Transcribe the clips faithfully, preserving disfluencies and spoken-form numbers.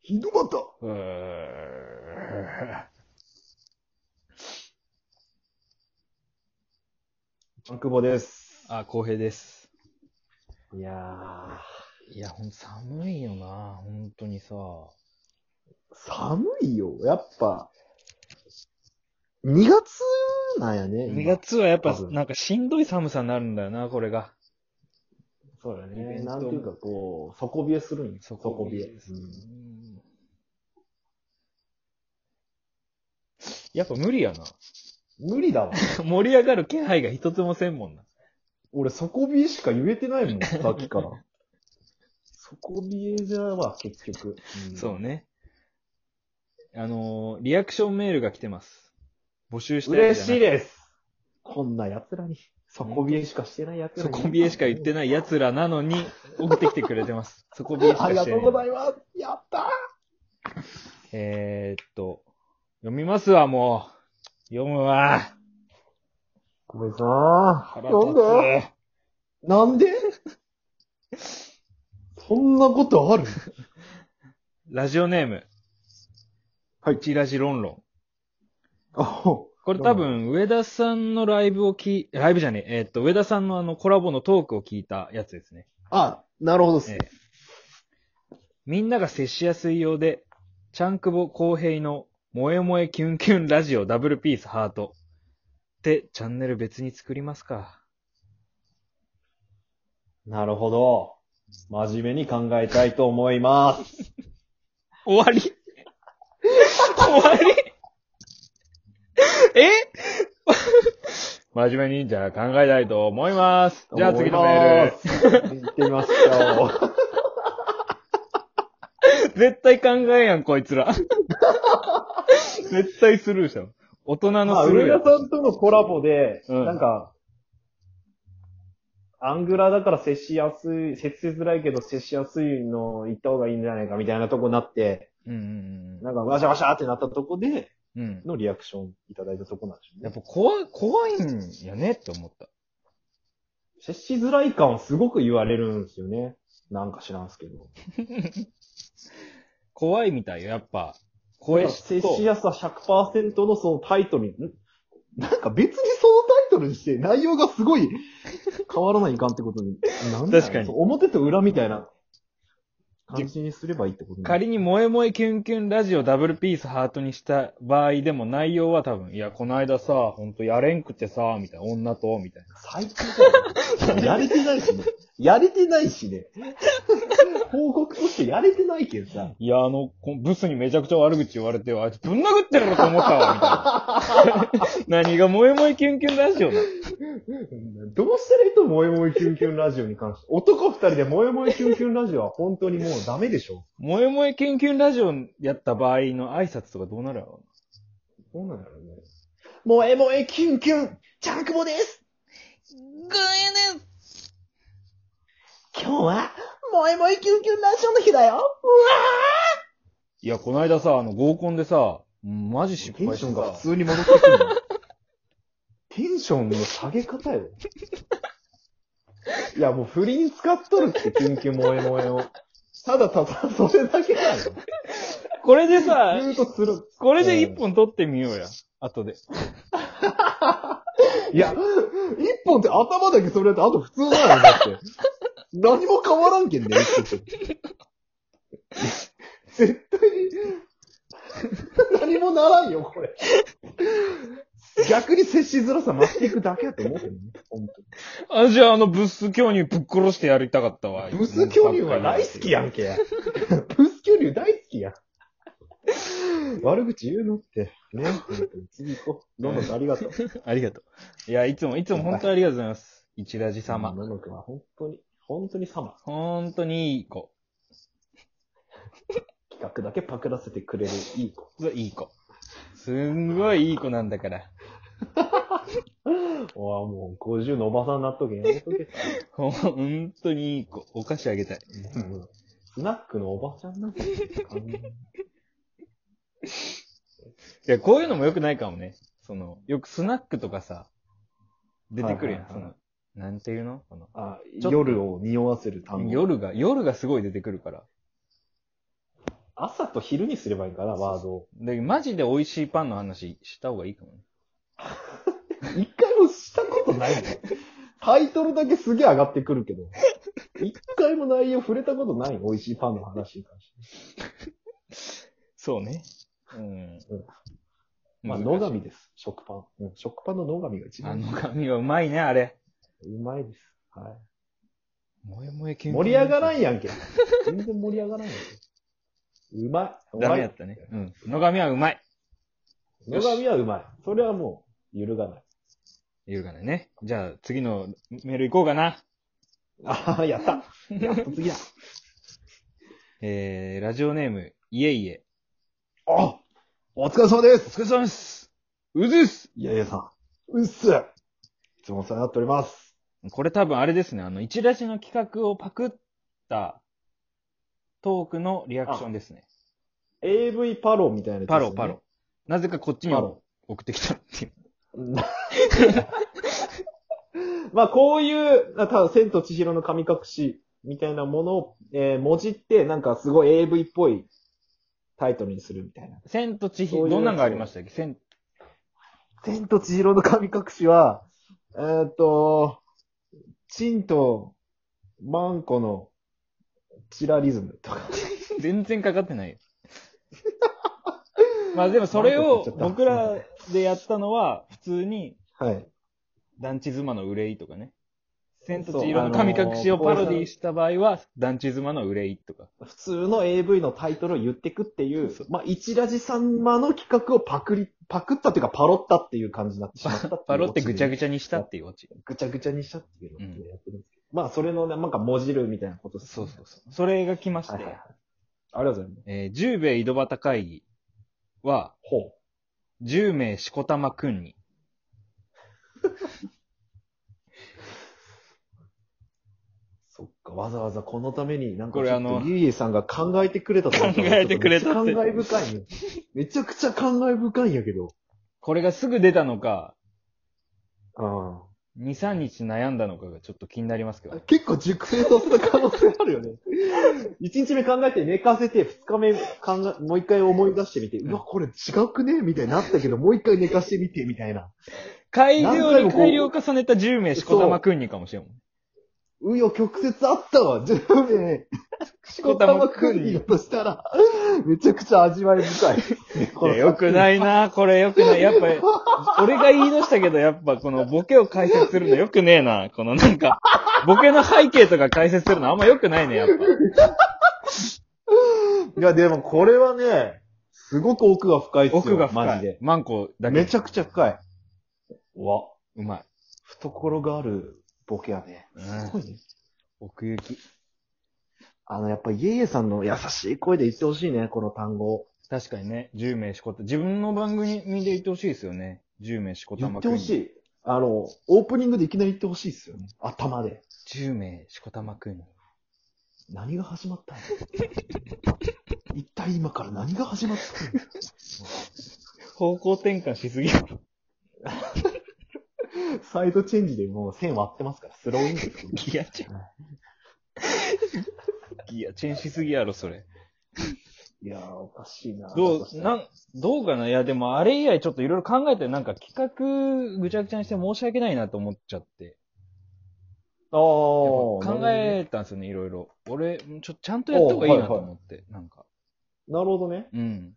ひどかった。 うーちゃんくぼです。 あ、公平です。 いやいや、ほんと寒いよな、ほんとにさ。 ー、寒いよ。やっぱ、にがつなんやね、 2 今。 月はやっぱ多分なんかしんどい寒さになるんだよな、これが。 そうだね。 イベントなんていうか、こう、底冷えするんよ。 底冷えうんやっぱ無理やな。 無理だわ。 盛り上がる気配が一つもせんもんな。 俺、底冷えしか言えてないもん、さっきから。底冷えじゃわ、結局。うんそうね。あのー、リアクションメールが来てます。募集したやつ嬉じゃなくしいです。こんな奴らに、底冷えしかしてない奴らに。 底冷えしか言ってない奴らなのに送ってきてくれてます。底冷えしかしてない。 ありがとうございます。やったえーっと、読みますわ、もう。読むわ。 ごめんさー。 腹なんで立なんでそんなことあるつ。ラジオネーム。 はい。 うちラジロンロン。 あほこれ多分、上田さんのライブを聞い、ライブじゃねえ、えーっと、上田さんのあのコラボのトークを聞いたやつですね。 あ、なるほどっすえね。 えみんなが接しやすいようで、ちゃんくぼ公平の萌え萌えキュンキュンラジオダブルピースハートってチャンネル別に作りますか。 なるほど。真面目に考えたいと思います。 終わり終わりえ真面目にじゃあ考えたいと思います。じゃあ次のメール。 ル。行ってみましょう。 絶対考えやん、こいつら。絶対スルーしたの。大人まあ、 のスルーや上田さんとのコラボで、 うんなんか、アングラだから接しやすい、接しづらいけど接しやすいの行った方がいいんじゃないかみたいなとこになって、 うんうんなんかワシャワシャってなったとこでうん。うん。 のリアクションいただいたとこなんでしょうね。 やっぱ怖い、怖いんやねって思った。 接しづらい感をすごく言われるんですよね。なんか知らんすけど。 怖いみたいよ、やっぱ。声質と。 接しやすさ ひゃくパーセント のそのタイトルに、んなんか別にそのタイトルにして内容がすごい変わらないかんってことに。なんだろう確かにそう表と裏みたいな感じにすればいいってことに仮に萌え萌えキュンキュンラジオダブルピースハートにした場合でも内容は多分、いや、この間さ、ほんとやれんくてさ、みたいな、女と、みたいな。 最高じゃん。やれてないしね。やれてないしね。報告としてやれてないけどさ。 いや、あの、こブスにめちゃくちゃ悪口言われて、あいつぶん殴ってるのと思ったわ、みたいな。何が萌え萌えキュンキュンラジオなの。 どうしたらいいと萌え萌えキュンキュンラジオに関して。男二人で萌え萌えキュンキュンラジオは本当にもうダメでしょ。 萌え萌えキュンキュンラジオやった場合の挨拶とかどうなるやろそうなんだろうね。萌え萌えキュンキュン、ちゃんくぼです。 う。ぐーね今日は、萌え萌えキュンキュンラジオの日だよ。うわいや、この間さ、あの、合コンでさ、マジ失テン敗してさションが普。通に戻ってくるの。テンションの下げ方よ。いや、もう振りに使っとるって、キュンキュン萌え萌えを。ただただ、それだけだよ。 これでさ、 ずーっとする。 これで一本取ってみようや。後で。 いや、一本って頭だけそれだと、あと普通だよ、だって。何も変わらんけんね、一本って。絶対に、何もならんよ、これ。逆に接しづらさ増していくだけだと思うけどね、本当に。 あ、じゃああのブス巨乳ぶっ殺してやりたかったわ。 ブス巨乳は大好きやんけ。ブス巨乳大好きやん。悪口言うのって。ね。次行こう。どんどんありがとう。 ありがとう。いや、いつも、いつも本当にありがとうございます。一ラジ様。 ののくんは本当に、本当に様。 本当にいい子。 企画だけパクらせてくれるいい子。 いい子。すんごいいい子なんだから。 おわ、もうごじゅうのおばさんになっとけんやめとけ。 本当にいい子。お菓子あげたい。 うんスナックのおばちゃんなんだよ。 いや、こういうのも良くないかもね。その、よくスナックとかさ、出てくるやん。 はいはいはいその、なんていうのこのあちょっと夜を匂わせる単語。 夜が、夜がすごい出てくるから。 朝朝と昼にすればいいかな、ワードを。 で、マジで美味しいパンの話した方がいいかもね。 一回もしたことないの。タイトルだけすげえ上がってくるけど。一回も内容触れたことないの、美味しいパンの話に関して。 そうね。うん。 うんまあ、 難しい野上です。食パン。うん、食パンの野上が一番。 あの紙はうまいね、あれ。 うまいです。はもえもえい。 キュンキュン盛り上がらんやんけ。全然盛り上がらんやんけ。うまい。 ダメやったね。うん。野上はうまい。 野上はうまい。それはもう、揺るがない。 揺るがないね。じゃあ、次のメール行こうかな。 ああ、やった。やっと次だ。 えー、ラジオネーム、いえいえ。 あお疲れ様でおす。 疲れ様です。うずっす。 いやいやさん。うっす。いつもお世話になっております。 これ多分あれですね。あの、一ラジの企画をパクったトークのリアクションですね。 エーブイ パロみたいなやつですよね。 パロ、パロ。なぜかこっちにパロ。 送ってきたっていう。 まあ、こういう、ただ、千と千尋の神隠しみたいなものを、えー、もじって、なんかすごい エーブイ っぽいタイトルにするみたいな。 千と千尋、 そういうやつどんなのがありましたっけ千、 千と千尋の神隠しは、えーっと、チンとマンコのチラリズムとか。 全然かかってないよ。まあでもそれを僕らでやったのは、普通に、 はい。 団地妻の憂いとかね。千と千尋の神隠しをパロディした場合は、団地妻の憂いとか。 普通の エーブイ のタイトルを言ってくっていう、まあ、一ラジ様の企画をパクリ、パクったっていうかパロったっていう感じになってしまったっていう。 パロってぐちゃぐちちゃにしたっていうオチ。 ぐちゃぐちゃにしたっていうのをやってるんですけど。まあ、それのね、なんかもじるみたいなことです、 そうそうそう。それが来まして、 はいはいはい。ありがとうございます。 えー、十兵衛井戸端会議は、 ほう。 十名しこたまくんに。 そっか、わざわざこのために、なんかこれあのゆいえさんが考えてくれたと思ったら考えてくれたってめっちゃ感慨深いよ。めちゃくちゃ感慨深いんやけど。 これがすぐ出たのか、 あに、さんにち悩んだのかがちょっと気になりますけど。 結構熟成させた可能性あるよね。一日目考えて寝かせて、二日目考え、もう一回思い出してみて、うわ、これ違くねみたいになったけど、もう一回寝かしてみて、みたいな。 改良に改良を重ねたじゅう名しこたまくんにかもしれんもん。 うよ、曲折あったわ。じゅう名。しこたまくんにとしたら、めちゃくちゃ味わい深い。 いや、よくないなこれよくない。やっぱ、俺が言い出したけど、やっぱこのボケを解説するのよくねえな。このなんか、ボケの背景とか解説するのあんまよくないね、やっぱ。 いや、でもこれはね、すごく奥が深いっすよ。 奥が深い。 マジで。 マンコだけ。 めちゃくちゃ深い。わ、 うまい。 懐があるボケはね、 うんすごいね。 奥行き。 あの、やっぱイエイエさんの優しい声で言ってほしいね、この単語。 確かにね、じゅう名しこた、自分の番組で言ってほしいですよね。じゅう名しこた言まくんに。 ってほしい。あの、オープニングでいきなり言ってほしいっすよね。頭で。 じゅう名しこたまくんに。 何が始まったの一体今から何が始まったの方向転換しすぎる。 サイドチェンジでもう線割ってますから、スローインです。 ギアチェン。ギアチェンしすぎやろ、それ。 いやー、おかしいな。 どう、なん、どうかないや、でもあれ以来ちょっといろいろ考えて、なんか企画ぐちゃぐちゃにして申し訳ないなと思っちゃって。 ああ。 考えたんですよね、いろいろ。俺、ちょ、ちゃんとやった方がいいなと思って、なんか。 なるほどね。 うん。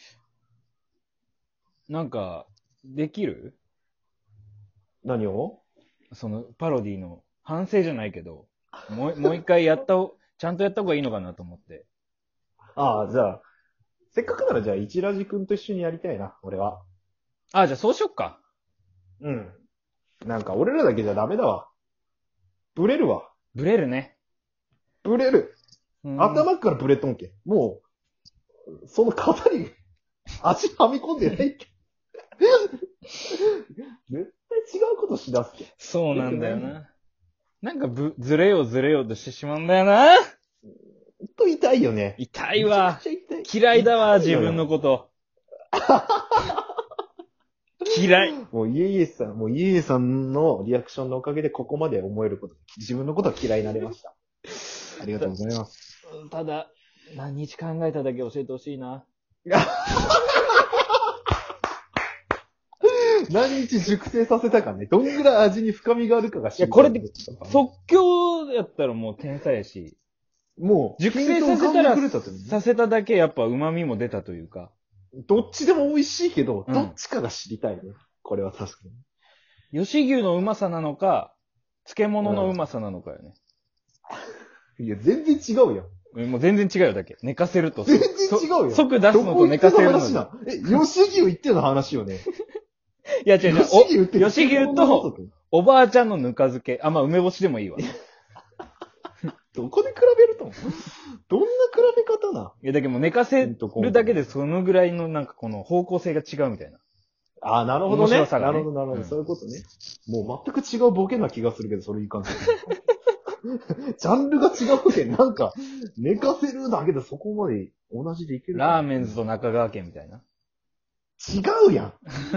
なんか、できる何をその、パロディの反省じゃないけど、もう、もう一回やったお、ちゃんとやった方がいいのかなと思って。 ああ、じゃあ、せっかくならじゃあ、一ラジ君と一緒にやりたいな、俺は。 あ、じゃあそうしよっか。 うん。なんか、俺らだけじゃダメだわ。ブレるわ。 ブレるね。 ブレる。 うん頭からブレとんけ。もう、その型に足はみ込んでないっけ。絶対違うことしだすけ。 そうなんだよな。なんかぶ、ずれようずれようとしてしまうんだよな。 ほんと痛いよね。 痛いわ。 めちゃくちゃ痛い。 嫌いだわ、 痛いよ自分のこと。嫌い。 もう、イエイエさん、もう、イエイエさんのリアクションのおかげでここまで思えること、自分のことは嫌いになれました。ありがとうございます。 ただ、 何日考えただけ教えてほしいな。 何日熟成させたかね。どんぐらい味に深みがあるかが知りたいやこれで即興やったらもう天才やし、 もう、 熟成させたら、 ヒントを考えてくれたというねさせただけやっぱ旨味も出たというか。 どっちでも美味しいけど、 うんどっちかが知りたいね。これは確かに。 吉牛のうまさなのか、漬物のうまさなのかよね。 いや、全然違うよ。 もう全然違うよだけ。寝かせると。 全然違うよ。 即出すのと寝かせるの。 どこ行っての話なえ、吉牛行っての話よね。 いや違う違う。 吉牛ってお吉牛と、おばあちゃんのぬか漬け。あ、まあ梅干しでもいいわ。 どこで比べるとどんな比べ方ないやだけどもう寝かせるだけでそのぐらいのなんかこの方向性が違うみたいな。 ああ、なるほどね。 面白さがねなるほど、なるほど、 うんそういうことね。もう全く違うボケな気がするけど、それいかんせん。ジャンルが違うけん、なんか、寝かせるだけでそこまで同じでいけるかな。 ラーメンズと中川家みたいな。 違うやん。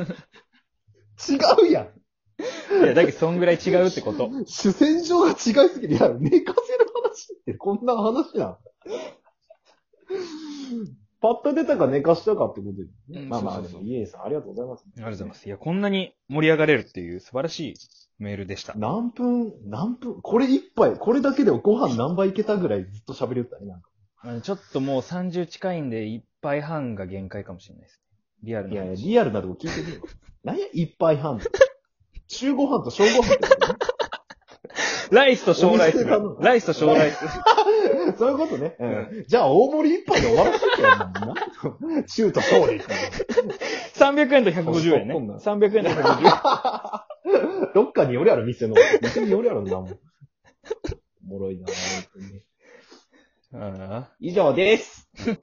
違うやん。 いや、だけどそんぐらい違うってこと。 主戦場が違いすぎる。いや、寝かせる話ってこんな話なん。パッと出たか寝かしたかってことで、 うんまあまあ、でそうそうそうも、イエンさんありがとうございます。 ありがとうございます。いや、こんなに盛り上がれるっていう素晴らしいメールでした。 何分、何分、これ一杯、これだけでご飯何杯いけたぐらいずっと喋りよったね、なんか。 あのちょっともうさんじゅう近いんでいっぱいはんが限界かもしれないです。リアルな話。 いやいや、リアルなとこ聞いてみよう。何や、一杯半。中ご飯と小ご飯ってことね。 ライスと小ライスがお店なの。 ライスと小ライス。 そういうことね。うん。じゃあ、大盛り一杯で終わらせてよ。な中と小で。 さんびゃくえんとひゃくごじゅうえんそんなね。さんびゃくえんとひゃくごじゅうえん。 どっかによりある店の。店によりあるんだもん。おもろいなぁ、本当に。 ああ以上です。